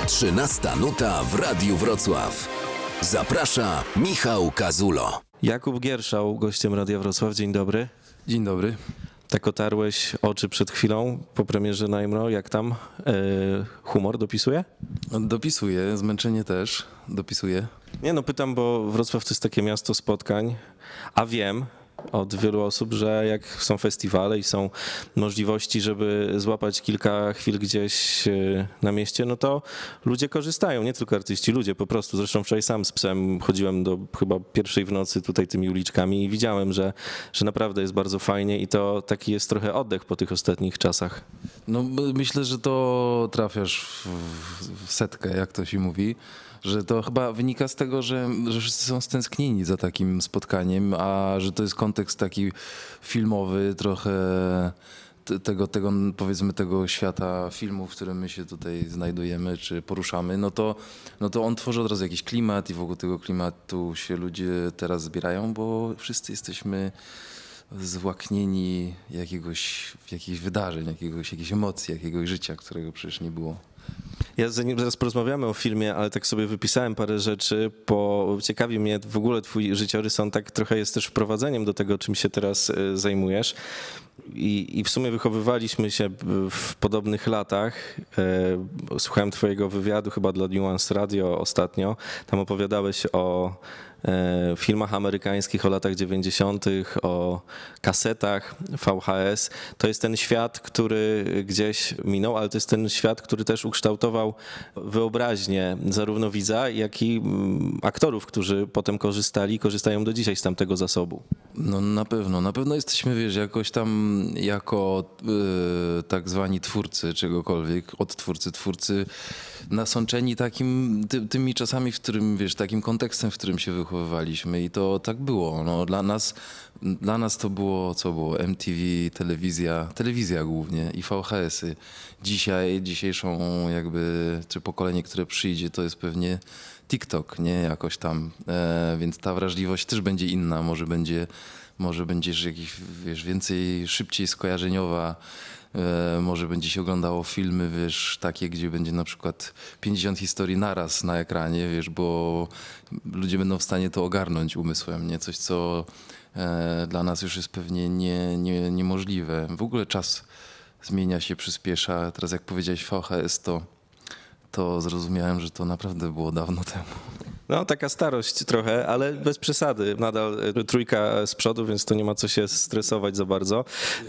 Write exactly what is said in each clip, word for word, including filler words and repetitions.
trzynasta nuta w Radiu Wrocław. Zaprasza Michał Kazulo. Jakub Gierszał, gościem Radia Wrocław. Dzień dobry. Dzień dobry. Tak otarłeś oczy przed chwilą po premierze Najmro. Jak tam? Yy, humor dopisuje? Dopisuję, zmęczenie też dopisuję. Nie no, pytam, bo Wrocław to jest takie miasto spotkań, a wiem od wielu osób, że jak są festiwale i są możliwości, żeby złapać kilka chwil gdzieś na mieście, no to ludzie korzystają, nie tylko artyści, ludzie po prostu. Zresztą wczoraj sam z psem chodziłem do chyba pierwszej w nocy tutaj tymi uliczkami i widziałem, że, że naprawdę jest bardzo fajnie i to taki jest trochę oddech po tych ostatnich czasach. No myślę, że to trafiasz w, w setkę, jak to się mówi. Że to chyba wynika z tego, że, że wszyscy są stęsknieni za takim spotkaniem, a że to jest kontekst taki filmowy, trochę tego, tego powiedzmy tego świata filmu, w którym my się tutaj znajdujemy czy poruszamy, no to, no to on tworzy od razu jakiś klimat i wokół tego klimatu się ludzie teraz zbierają, bo wszyscy jesteśmy zwłaknieni jakiegoś, jakichś wydarzeń, jakiegoś, jakiejś emocji, jakiegoś życia, którego przecież nie było. Ja zanim zaraz porozmawiamy o filmie, ale tak sobie wypisałem parę rzeczy, bo ciekawi mnie w ogóle twój życiorys, on tak trochę jest też wprowadzeniem do tego, czym się teraz zajmujesz. I, i w sumie wychowywaliśmy się w podobnych latach. Słuchałem twojego wywiadu chyba dla Nuance Radio ostatnio. Tam opowiadałeś o filmach amerykańskich o latach dziewięćdziesiątych, o kasetach V H S. To jest ten świat, który gdzieś minął, ale to jest ten świat, który też ukształtował wyobraźnię zarówno widza, jak i aktorów, którzy potem korzystali, korzystają do dzisiaj z tamtego zasobu. No na pewno, na pewno jesteśmy, wiesz, jakoś tam jako yy, tak zwani twórcy czegokolwiek, odtwórcy, twórcy, nasączeni takim, ty, tymi czasami, w którym, wiesz, takim kontekstem, w którym się wychowywaliśmy i to tak było. No, dla nas, dla nas to było, co było, M T V, telewizja, telewizja głównie i V H S-y. Dzisiaj, dzisiejszą jakby, czy pokolenie, które przyjdzie, to jest pewnie TikTok, nie, jakoś tam, e, więc ta wrażliwość też będzie inna, może będzie, może będziesz jakiś, wiesz, więcej, szybciej skojarzeniowa, e, może będzie się oglądało filmy, wiesz, takie, gdzie będzie na przykład pięćdziesiąt historii naraz na ekranie, wiesz, bo ludzie będą w stanie to ogarnąć umysłem, nie, coś, co e, dla nas już jest pewnie nie, nie, niemożliwe. W ogóle czas zmienia się, przyspiesza, teraz jak powiedziałeś V H S, to to zrozumiałem, że to naprawdę było dawno temu. No taka starość trochę, ale bez przesady. Nadal trójka z przodu, więc to nie ma co się stresować za bardzo.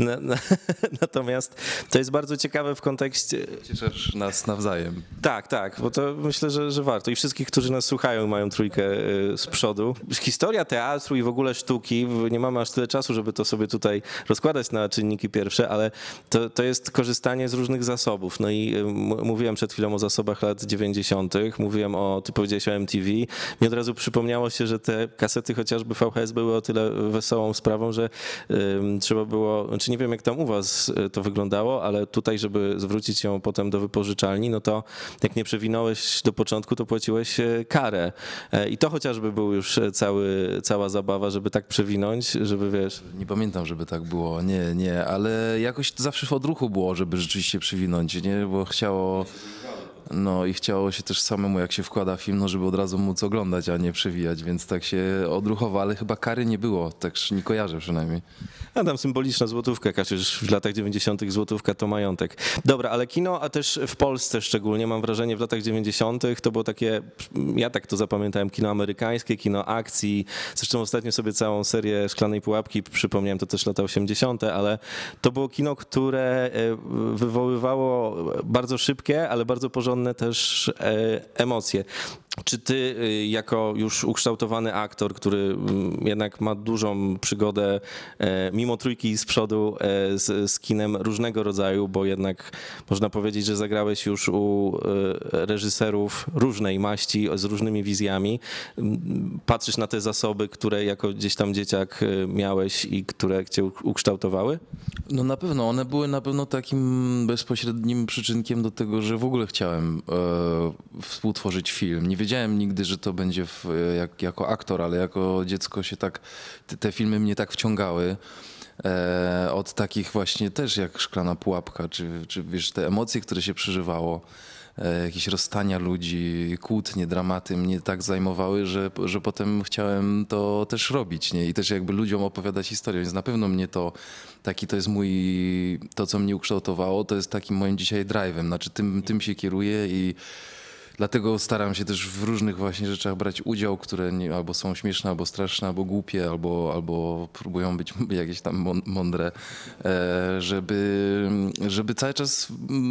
Natomiast to jest bardzo ciekawe w kontekście... Cieszysz nas nawzajem. Tak, tak, bo to myślę, że, że warto. I wszystkich, którzy nas słuchają, mają trójkę z przodu. Historia teatru i w ogóle sztuki, nie mamy aż tyle czasu, żeby to sobie tutaj rozkładać na czynniki pierwsze, ale to, to jest korzystanie z różnych zasobów. No i mówiłem przed chwilą o zasobach lat dziewięćdziesiątych, mówiłem o, ty powiedziałeś o M T V. Mi od razu przypomniało się, że te kasety chociażby V H S były o tyle wesołą sprawą, że um, trzeba było, czy nie wiem jak tam u was to wyglądało, ale tutaj, żeby zwrócić ją potem do wypożyczalni, no to jak nie przewinąłeś do początku, to płaciłeś karę. I to chociażby był już cały, cała zabawa, żeby tak przewinąć, żeby wiesz... Nie pamiętam, żeby tak było, nie, nie, ale jakoś to zawsze w odruchu było, żeby rzeczywiście przewinąć, nie, bo chciało... No i chciało się też samemu, jak się wkłada film, no żeby od razu móc oglądać, a nie przewijać, więc tak się odruchowo, ale chyba kary nie było, tak nie kojarzę przynajmniej. A tam symboliczna złotówka, jakaś już w latach dziewięćdziesiątych złotówka to majątek. Dobra, ale kino, a też w Polsce szczególnie, mam wrażenie w latach dziewięćdziesiątych to było takie, ja tak to zapamiętałem, kino amerykańskie, kino akcji. Zresztą ostatnio sobie całą serię Szklanej Pułapki przypomniałem, to też lata osiemdziesiąte, ale to było kino, które wywoływało bardzo szybkie, ale bardzo porządne też emocje. Czy ty jako już ukształtowany aktor, który jednak ma dużą przygodę mimo trójki z przodu z, z kinem różnego rodzaju, bo jednak można powiedzieć, że zagrałeś już u reżyserów różnej maści, z różnymi wizjami. Patrzysz na te zasoby, które jako gdzieś tam dzieciak miałeś i które cię ukształtowały? No na pewno, one były na pewno takim bezpośrednim przyczynkiem do tego, że w ogóle chciałem e, współtworzyć film. Nie wiedziałem nigdy, że to będzie w, jak, jako aktor, ale jako dziecko się tak, te, te filmy mnie tak wciągały. E, od takich właśnie też jak Szklana Pułapka, czy, czy wiesz, te emocje, które się przeżywało. e, jakieś rozstania ludzi, kłótnie, dramaty mnie tak zajmowały, że, że potem chciałem to też robić, nie? I też jakby ludziom opowiadać historię, więc na pewno mnie to, taki to jest mój, to co mnie ukształtowało, to jest takim moim dzisiaj drive'em, znaczy tym, tym się kieruję i dlatego staram się też w różnych właśnie rzeczach brać udział, które nie, albo są śmieszne, albo straszne, albo głupie, albo, albo próbują być jakieś tam mądre, e, żeby, żeby cały czas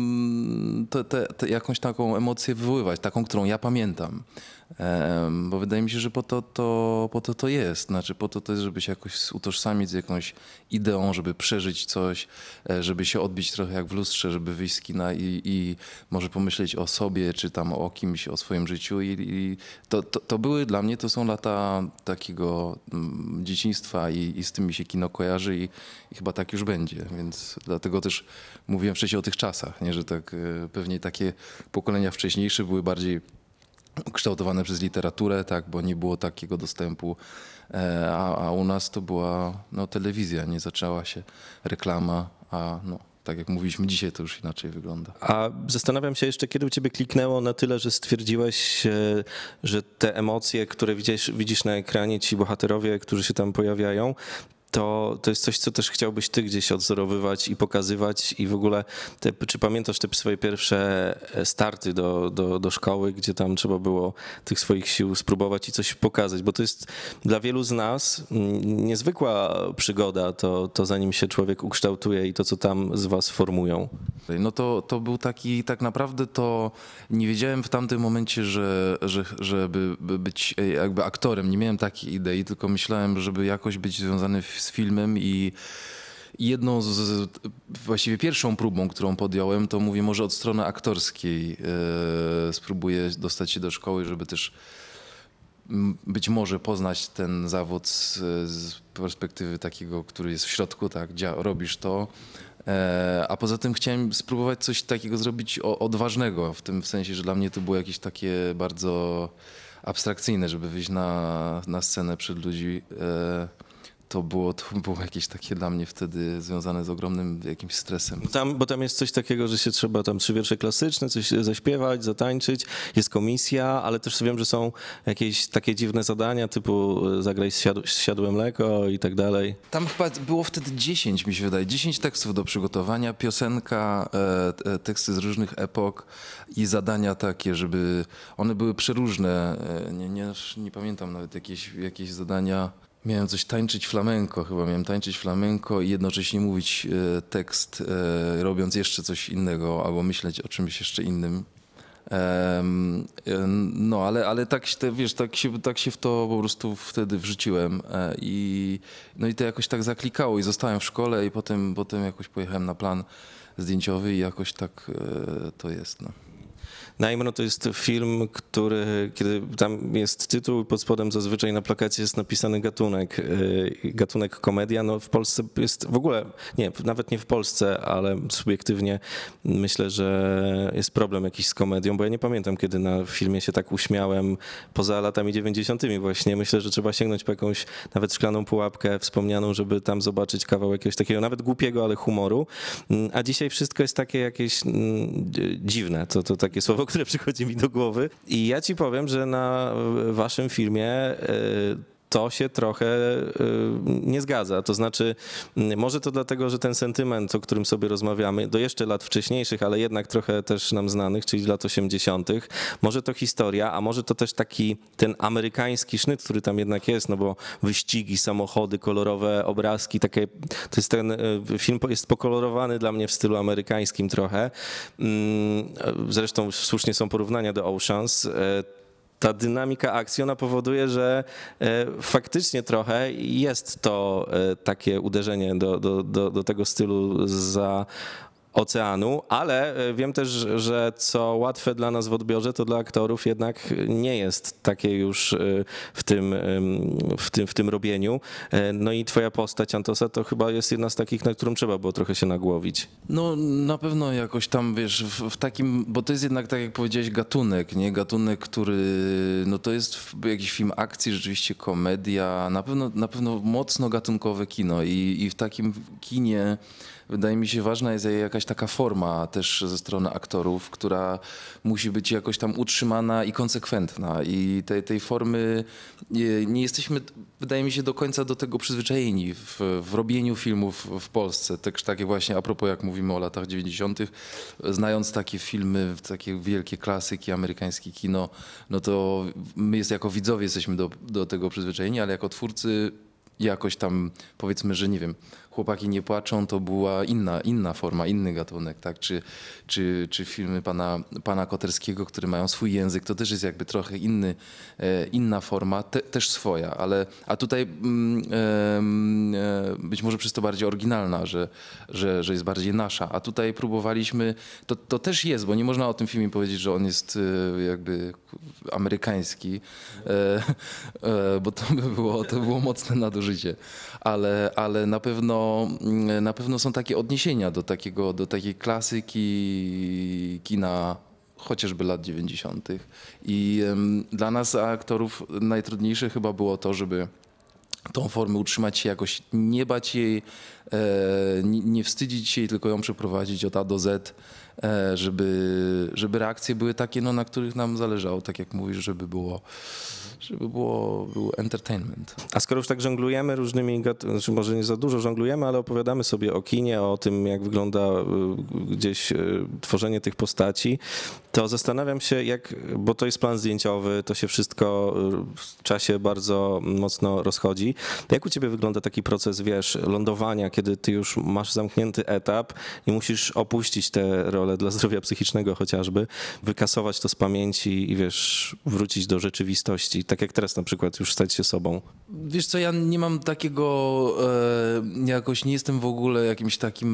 mm, te, te, te jakąś taką emocję wywoływać, taką, którą ja pamiętam. E, bo wydaje mi się, że po to to, po to to jest. Znaczy po to to jest, żeby się jakoś utożsamić z jakąś ideą, żeby przeżyć coś, e, żeby się odbić trochę jak w lustrze, żeby wyjść z kina i, i może pomyśleć o sobie, czy tam o kimś, o swoim życiu. I, i to, to, to były dla mnie, to są lata takiego mm, dzieciństwa i, i z tym mi się kino kojarzy i, i chyba tak już będzie. Więc dlatego też mówiłem wcześniej o tych czasach, nie? Że tak e, pewnie takie pokolenia wcześniejsze były bardziej kształtowane przez literaturę, tak, bo nie było takiego dostępu, e, a, a u nas to była no, telewizja, nie zaczęła się reklama, a no, tak jak mówiliśmy dzisiaj, to już inaczej wygląda. A zastanawiam się jeszcze, kiedy u ciebie kliknęło na tyle, że stwierdziłeś, e, że te emocje, które widzisz, widzisz na ekranie, ci bohaterowie, którzy się tam pojawiają, to, to jest coś, co też chciałbyś ty gdzieś odzorowywać i pokazywać i w ogóle, te, czy pamiętasz te swoje pierwsze starty do, do, do szkoły, gdzie tam trzeba było tych swoich sił spróbować i coś pokazać, bo to jest dla wielu z nas niezwykła przygoda, to, to zanim się człowiek ukształtuje i to, co tam z was formują. No to, to był taki, tak naprawdę to nie wiedziałem w tamtym momencie, że, że, żeby być jakby aktorem, nie miałem takiej idei, tylko myślałem, żeby jakoś być związany z filmem i jedną z, właściwie pierwszą próbą, którą podjąłem, to mówię może od strony aktorskiej e, spróbuję dostać się do szkoły, żeby też być może poznać ten zawód z, z perspektywy takiego, który jest w środku, tak, dzia, robisz to. E, a poza tym chciałem spróbować coś takiego zrobić o, odważnego, w tym sensie, że dla mnie to było jakieś takie bardzo abstrakcyjne, żeby wyjść na, na scenę przed ludzi. E, To było, to było jakieś takie dla mnie wtedy związane z ogromnym jakimś stresem. Tam, bo tam jest coś takiego, że się trzeba tam trzy wiersze klasyczne, coś zaśpiewać, zatańczyć, jest komisja, ale też wiem, że są jakieś takie dziwne zadania typu zagraj zsiadłe mleko i tak dalej. Tam chyba było wtedy dziesięć, mi się wydaje, dziesięć tekstów do przygotowania, piosenka, e, teksty z różnych epok i zadania takie, żeby one były przeróżne. E, nie, nie, nie pamiętam nawet jakieś, jakieś zadania. Miałem coś tańczyć flamenko, chyba miałem tańczyć flamenko i jednocześnie mówić e, tekst, e, robiąc jeszcze coś innego albo myśleć o czymś jeszcze innym. E, no, ale, ale tak, się, wiesz, tak, się, tak się w to po prostu wtedy wrzuciłem e, i, no i to jakoś tak zaklikało i zostałem w szkole i potem, potem jakoś pojechałem na plan zdjęciowy i jakoś tak e, to jest. No. Najmro to jest film, który, kiedy tam jest tytuł, pod spodem zazwyczaj na plakacie jest napisany gatunek, gatunek komedia. No w Polsce jest w ogóle, nie, nawet nie w Polsce, ale subiektywnie myślę, że jest problem jakiś z komedią, bo ja nie pamiętam, kiedy na filmie się tak uśmiałem poza latami dziewięćdziesiątymi właśnie. Myślę, że trzeba sięgnąć po jakąś nawet szklaną pułapkę wspomnianą, żeby tam zobaczyć kawał jakiegoś takiego nawet głupiego, ale humoru. A dzisiaj wszystko jest takie jakieś dziwne, to, to takie słowo, które przychodzi mi do głowy. I ja ci powiem, że na waszym filmie to się trochę nie zgadza. To znaczy, może to dlatego, że ten sentyment, o którym sobie rozmawiamy, do jeszcze lat wcześniejszych, ale jednak trochę też nam znanych, czyli lat osiemdziesiątych, może to historia, a może to też taki ten amerykański sznyt, który tam jednak jest, no bo wyścigi, samochody, kolorowe obrazki, takie, to jest ten film jest pokolorowany dla mnie w stylu amerykańskim trochę. Zresztą słusznie są porównania do Oceans. Ta dynamika akcji, ona powoduje, że faktycznie trochę jest to takie uderzenie do, do, do, do tego stylu za oceanu, ale wiem też, że co łatwe dla nas w odbiorze, to dla aktorów jednak nie jest takie już w tym, w tym, w tym robieniu. No i twoja postać Antosa to chyba jest jedna z takich, na którą trzeba było trochę się nagłowić. No na pewno jakoś tam, wiesz, w, w takim, bo to jest jednak, tak jak powiedziałeś, gatunek, nie? Gatunek, który, no to jest jakiś film akcji, rzeczywiście komedia, na pewno, na pewno mocno gatunkowe kino i, i w takim kinie wydaje mi się ważna jest jakaś taka forma też ze strony aktorów, która musi być jakoś tam utrzymana i konsekwentna i tej, tej formy nie, nie jesteśmy, wydaje mi się, do końca do tego przyzwyczajeni w, w robieniu filmów w Polsce. Tak, takie właśnie a propos jak mówimy o latach dziewięćdziesiątych, znając takie filmy, takie wielkie klasyki, amerykańskie kino, no to my jest, jako widzowie jesteśmy do, do tego przyzwyczajeni, ale jako twórcy jakoś tam powiedzmy, że nie wiem, Chłopaki nie płaczą to była inna, inna forma, inny gatunek, tak? Czy, czy, czy filmy pana, pana Koterskiego, które mają swój język, to też jest jakby trochę inny, e, inna forma, te, też swoja, ale a tutaj mm, e, być może przez to bardziej oryginalna, że, że, że jest bardziej nasza, a tutaj próbowaliśmy, to, to też jest, bo nie można o tym filmie powiedzieć, że on jest e, jakby amerykański, e, e, bo to by było, to było mocne nadużycie, ale, ale na pewno na pewno są takie odniesienia do, takiego, do takiej klasyki kina chociażby lat dziewięćdziesiątych. I um, dla nas aktorów najtrudniejsze chyba było to, żeby tą formę utrzymać się jakoś, nie bać jej, e, nie, nie wstydzić się jej, tylko ją przeprowadzić od A do Z, e, żeby, żeby reakcje były takie, no, na których nam zależało, tak jak mówisz, żeby było żeby było, był entertainment. A skoro już tak żonglujemy różnymi, znaczy może nie za dużo żonglujemy, ale opowiadamy sobie o kinie, o tym, jak wygląda gdzieś tworzenie tych postaci, to zastanawiam się, jak, bo to jest plan zdjęciowy, to się wszystko w czasie bardzo mocno rozchodzi. Jak u ciebie wygląda taki proces, wiesz, lądowania, kiedy ty już masz zamknięty etap i musisz opuścić tę rolę dla zdrowia psychicznego chociażby, wykasować to z pamięci i wiesz, wrócić do rzeczywistości. Tak jak teraz na przykład już stać się sobą. Wiesz co, ja nie mam takiego, e, jakoś nie jestem w ogóle jakimś takim,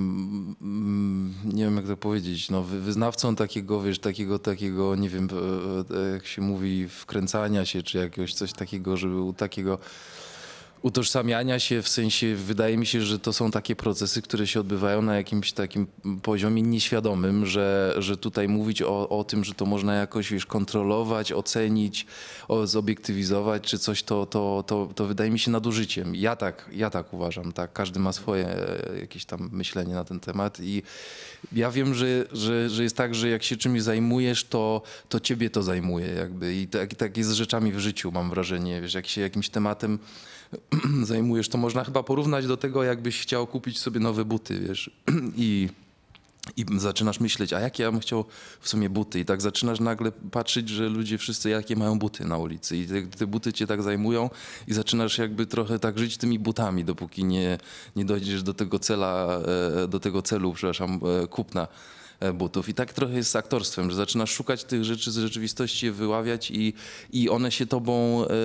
mm, nie wiem jak to powiedzieć, no, wyznawcą takiego, wiesz, takiego, takiego, nie wiem, e, jak się mówi, wkręcania się, czy jakiegoś coś takiego, żeby u takiego utożsamiania się, w sensie wydaje mi się, że to są takie procesy, które się odbywają na jakimś takim poziomie nieświadomym, że, że tutaj mówić o, o tym, że to można jakoś, wiesz, kontrolować, ocenić, o, zobiektywizować czy coś, to, to, to, to wydaje mi się nadużyciem. Ja tak, ja tak uważam, tak, każdy ma swoje jakieś tam myślenie na ten temat i ja wiem, że, że, że jest tak, że jak się czymś zajmujesz, to, to ciebie to zajmuje jakby i tak, tak jest z rzeczami w życiu, mam wrażenie, wiesz, jak się jakimś tematem zajmujesz, to można chyba porównać do tego, jakbyś chciał kupić sobie nowe buty, wiesz, i, i zaczynasz myśleć, a jakie ja bym chciał w sumie buty i tak zaczynasz nagle patrzeć, że ludzie wszyscy jakie mają buty na ulicy i te, te buty cię tak zajmują i zaczynasz jakby trochę tak żyć tymi butami, dopóki nie, nie dojdziesz do tego cela, do tego celu, przepraszam, kupna butów. I tak trochę jest z aktorstwem, że zaczynasz szukać tych rzeczy z rzeczywistości, je wyławiać i, i one się tobą e, e,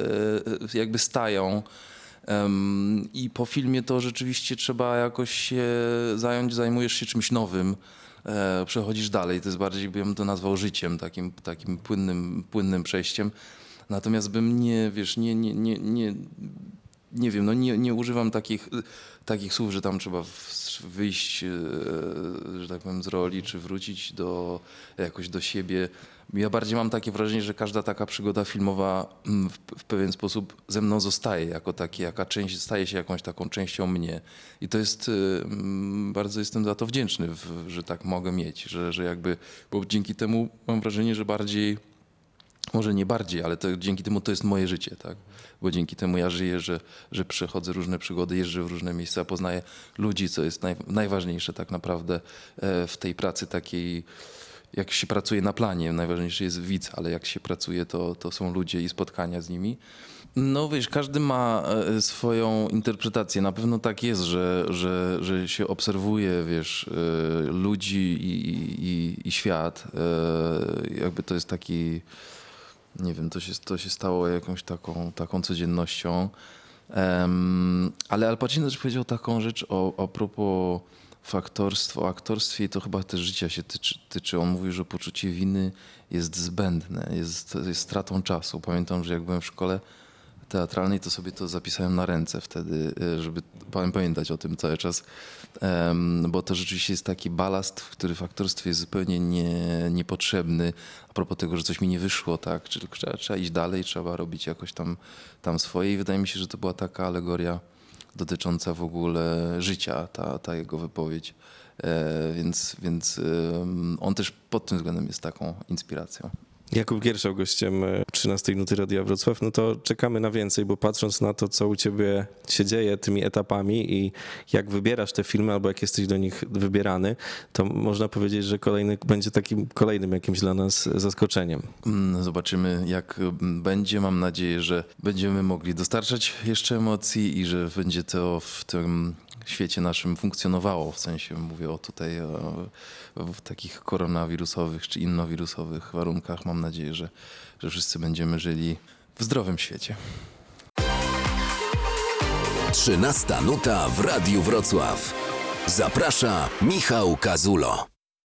jakby stają. Um, I po filmie to rzeczywiście trzeba jakoś się zająć, zajmujesz się czymś nowym, e, przechodzisz dalej. To jest bardziej, bym to nazwał życiem, takim, takim płynnym, płynnym przejściem. Natomiast bym nie, wiesz, nie, nie, nie, nie, nie wiem, no nie, nie używam takich, takich słów, że tam trzeba wyjść, że tak powiem, z roli, czy wrócić do, jakoś do siebie. Ja bardziej mam takie wrażenie, że każda taka przygoda filmowa w, w pewien sposób ze mną zostaje jako takie, jaka część, staje się jakąś taką częścią mnie. I to jest, bardzo jestem za to wdzięczny, że tak mogę mieć, że, że jakby, bo dzięki temu mam wrażenie, że bardziej, może nie bardziej, ale to, dzięki temu to jest moje życie, tak? Bo dzięki temu ja żyję, że, że przechodzę różne przygody, jeżdżę w różne miejsca, poznaję ludzi, co jest naj, najważniejsze tak naprawdę w tej pracy takiej, jak się pracuje na planie, najważniejszy jest widz, ale jak się pracuje, to, to są ludzie i spotkania z nimi. No wiesz, każdy ma swoją interpretację. Na pewno tak jest, że, że, że się obserwuje, wiesz, ludzi i, i, i świat. Jakby to jest taki... Nie wiem, to się, to się stało jakąś taką, taką codziennością. Um, ale Al Pacino też powiedział taką rzecz o, a propos faktorstwa, o aktorstwie i to chyba też życia się tyczy, tyczy. On mówił, że poczucie winy jest zbędne, jest, jest stratą czasu. Pamiętam, że jak byłem w szkole teatralnej, to sobie to zapisałem na ręce wtedy, żeby pamiętać o tym cały czas, bo to rzeczywiście jest taki balast, który w aktorstwie jest zupełnie nie, niepotrzebny. A propos tego, że coś mi nie wyszło, tak, trzeba, trzeba iść dalej, trzeba robić jakoś tam, tam swoje i wydaje mi się, że to była taka alegoria dotycząca w ogóle życia, ta, ta jego wypowiedź. E, więc więc e, on też pod tym względem jest taką inspiracją. Jakub Gierszał gościem trzynastej Nuty Radia Wrocław, no to czekamy na więcej, bo patrząc na to, co u ciebie się dzieje tymi etapami i jak wybierasz te filmy, albo jak jesteś do nich wybierany, to można powiedzieć, że kolejny będzie takim kolejnym jakimś dla nas zaskoczeniem. Zobaczymy, jak będzie. Mam nadzieję, że będziemy mogli dostarczać jeszcze emocji i że będzie to w tym świecie naszym funkcjonowało, w sensie mówię o tutaj o, w takich koronawirusowych czy innowirusowych warunkach. Mam nadzieję, że, że wszyscy będziemy żyli w zdrowym świecie. trzynasta Nuta w Radiu Wrocław. Zaprasza Michał Kazulo.